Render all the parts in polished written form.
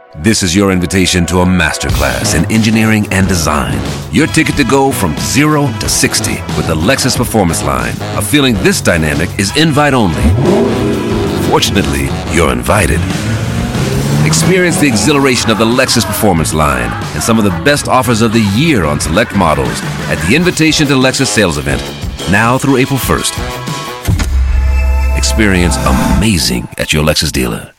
This is your invitation to a masterclass in engineering and design. Your ticket to go from 0 to 60 with the Lexus Performance Line. A feeling this dynamic is invite only. Fortunately, you're invited. Experience the exhilaration of the Lexus Performance Line and some of the best offers of the year on select models at the Invitation to Lexus sales event, now through April 1st. Experience amazing at your Lexus dealer.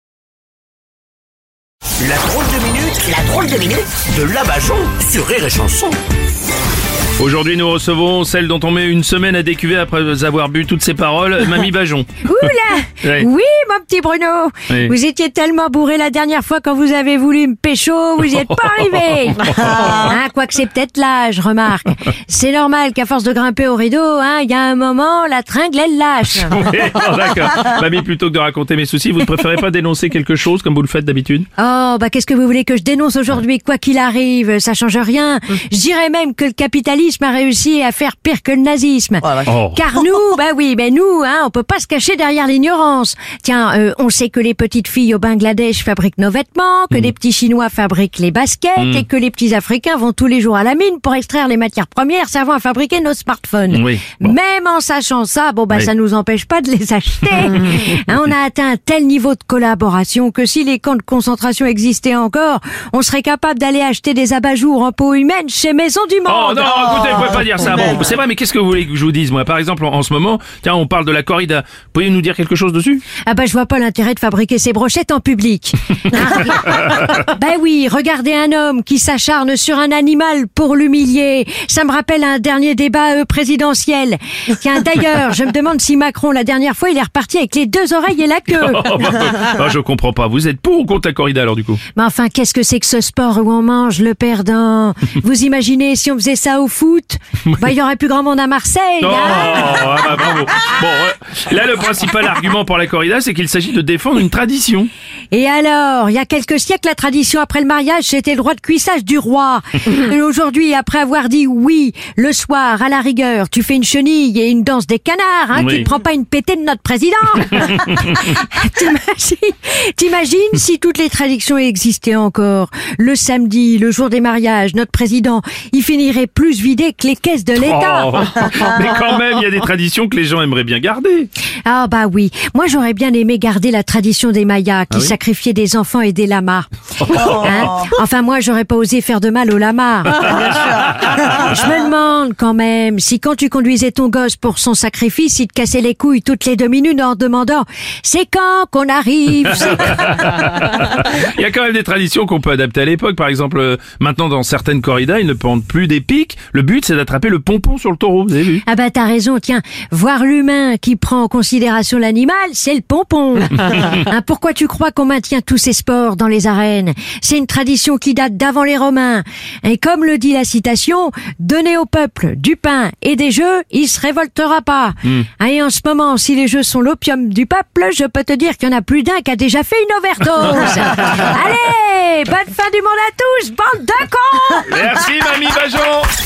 La drôle de minute de Labajon sur Rire et Chanson. Aujourd'hui, nous recevons celle dont on met une semaine à décuver après avoir bu toutes ses paroles, Mamie Bajon. Oula Ouais. Oui, mon petit Bruno. Oui. Vous étiez tellement bourré la dernière fois quand vous avez voulu me pécho, vous y êtes pas arrivé. Hein, quoique c'est peut-être l'âge, remarque. C'est normal qu'à force de grimper au rideau, hein, il y a un moment, la tringle, elle lâche. Oui, oh, d'accord. Mamie, plutôt que de raconter mes soucis, vous ne préférez pas dénoncer quelque chose comme vous le faites d'habitude? Oh, bah qu'est-ce que vous voulez que je dénonce aujourd'hui? Quoi qu'il arrive, ça change rien. Je dirais même que le capitalisme a réussi à faire pire que le nazisme. Oh. Car nous, bah oui, mais nous, hein, on peut pas se cacher derrière l'ignorance. Tiens, on sait que les petites filles au Bangladesh fabriquent nos vêtements, que les petits Chinois fabriquent les baskets et que les petits Africains vont tous les jours à la mine pour extraire les matières premières servant à fabriquer nos smartphones. Oui, bon. Même en sachant ça, bon bah Oui. ça nous empêche pas de les acheter. Hein, on a atteint un tel niveau de collaboration que si les camps de concentration existaient encore, on serait capable d'aller acheter des abat-jours en peau humaine chez Maison du Oh Monde. non, écoutez, vous pouvez pas dire ça. Bon, c'est vrai, mais qu'est-ce que vous voulez que je vous dise, moi? Par exemple, en ce moment, tiens, on parle de la corrida. Vous pouvez nous dire quelque chose dessus? Ah bah je vois pas l'intérêt de fabriquer ces brochettes en public. Ben oui, regardez un homme qui s'acharne sur un animal pour l'humilier. Ça me rappelle un dernier débat présidentiel. Tiens, d'ailleurs, je me demande si Macron, la dernière fois, il est reparti avec les deux oreilles et la queue. Oh, je comprends pas. Vous êtes pour ou contre la corrida, alors, du coup? Mais enfin, qu'est-ce que c'est que ce sport où on mange le perdant? Vous imaginez si on faisait ça au foot? Bah, il y aurait plus grand monde à Marseille. Oh, hein. ah bah, bravo. Bon, là, le principal argument pour la corrida, c'est qu'il s'agit de défendre une tradition. Et alors, il y a quelques siècles, la tradition après le mariage, c'était le droit de cuissage du roi. Et aujourd'hui, après avoir dit oui, le soir, à la rigueur, tu fais une chenille et une danse des canards, hein, Oui. tu ne prends pas une pétée de notre président. T'imagines si toutes les traditions existaient encore? Le samedi, le jour des mariages, notre président, il finirait plus vidé que les caisses de l'État. Oh, mais quand même, il y a des traditions que les gens aimeraient bien garder. Ah bah oui, moi j'aurais bien aimé garder la tradition des Mayas qui sacrifiaient des enfants et des lamas. Hein? Enfin moi j'aurais pas osé faire de mal aux lamas. Je me demande quand même si quand tu conduisais ton gosse pour son sacrifice, il te cassait les couilles toutes les 2 minutes en demandant « C'est quand qu'on arrive ?» Il y a quand même des traditions qu'on peut adapter à l'époque. Par exemple, maintenant dans certaines corridas, ils ne pendent plus des pics. Le but, c'est d'attraper le pompon sur le taureau. Vous avez vu? Ah bah t'as raison, tiens, voir l'humain qui prend en considération l'animal, c'est le pompon. Hein, pourquoi tu crois qu'on maintient tous ces sports dans les arènes? C'est une tradition qui date d'avant les Romains. Et comme le dit la citation, donner au peuple du pain et des jeux, il se révoltera pas. Hein, et en ce moment, si les jeux sont l'opium du peuple, je peux te dire qu'il y en a plus d'un qui a déjà fait une overdose. Allez, bonne fin du monde à tous, bande de cons! Merci, Mamie Bajon.